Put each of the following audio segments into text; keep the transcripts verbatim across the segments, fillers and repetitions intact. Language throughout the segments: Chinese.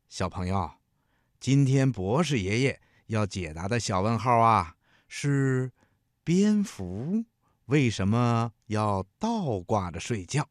小朋友，今天博士爷爷要解答的小问号啊，是蝙蝠为什么要倒挂着睡觉？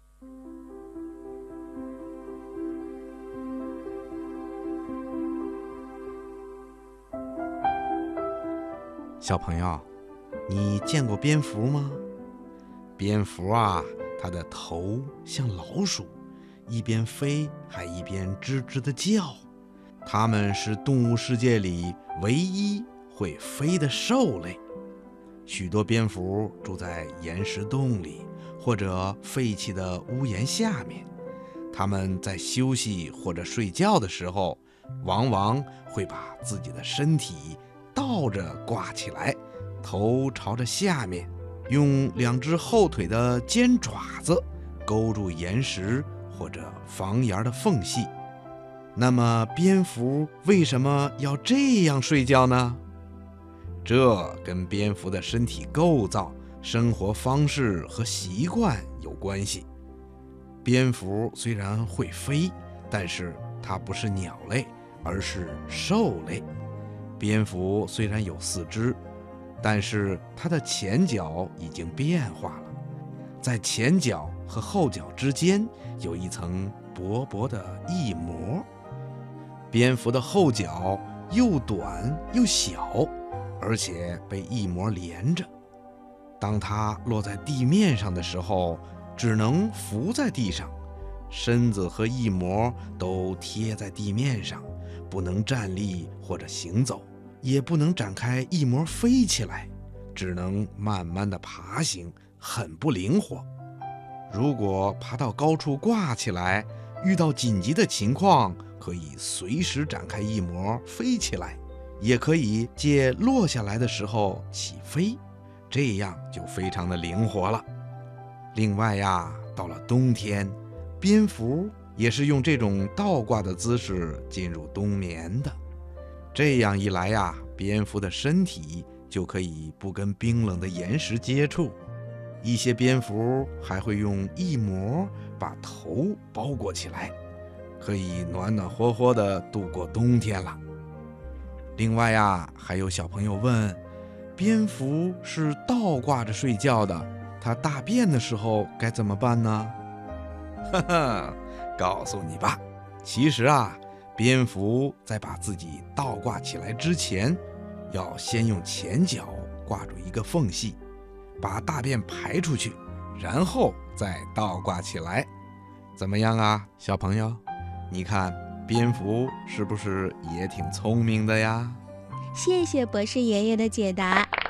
小朋友，你见过蝙蝠吗？蝙蝠啊，它的头像老鼠，一边飞还一边吱吱地叫。它们是动物世界里唯一会飞的兽类。许多蝙蝠住在岩石洞里或者废弃的屋檐下面。它们在休息或者睡觉的时候，往往会把自己的身体倒着挂起来，头朝着下面，用两只后腿的尖爪子勾住岩石或者房檐的缝隙。那么蝙蝠为什么要这样睡觉呢？这跟蝙蝠的身体构造、生活方式和习惯有关系。蝙蝠虽然会飞，但是它不是鸟类，而是兽类。蝙蝠虽然有四肢，但是它的前脚已经变化了，在前脚和后脚之间有一层薄薄的翼膜。蝙蝠的后脚又短又小，而且被翼膜连着。当它落在地面上的时候，只能浮在地上，身子和翼膜都贴在地面上，不能站立或者行走，也不能展开翼膜飞起来，只能慢慢地爬行，很不灵活。如果爬到高处挂起来，遇到紧急的情况，可以随时展开翼膜飞起来，也可以借落下来的时候起飞，这样就非常的灵活了。另外呀，到了冬天，蝙蝠也是用这种倒挂的姿势进入冬眠的。这样一来呀，蝙蝠的身体就可以不跟冰冷的岩石接触。一些蝙蝠还会用翼膜把头包裹起来，可以暖暖和和地度过冬天了。另外呀，还有小朋友问，蝙蝠是倒挂着睡觉的，它大便的时候该怎么办呢？哈哈，告诉你吧，其实啊，蝙蝠在把自己倒挂起来之前，要先用前脚挂住一个缝隙，把大便排出去，然后再倒挂起来。怎么样啊，小朋友？你看蝙蝠是不是也挺聪明的呀？ 谢谢博士爷爷的解答。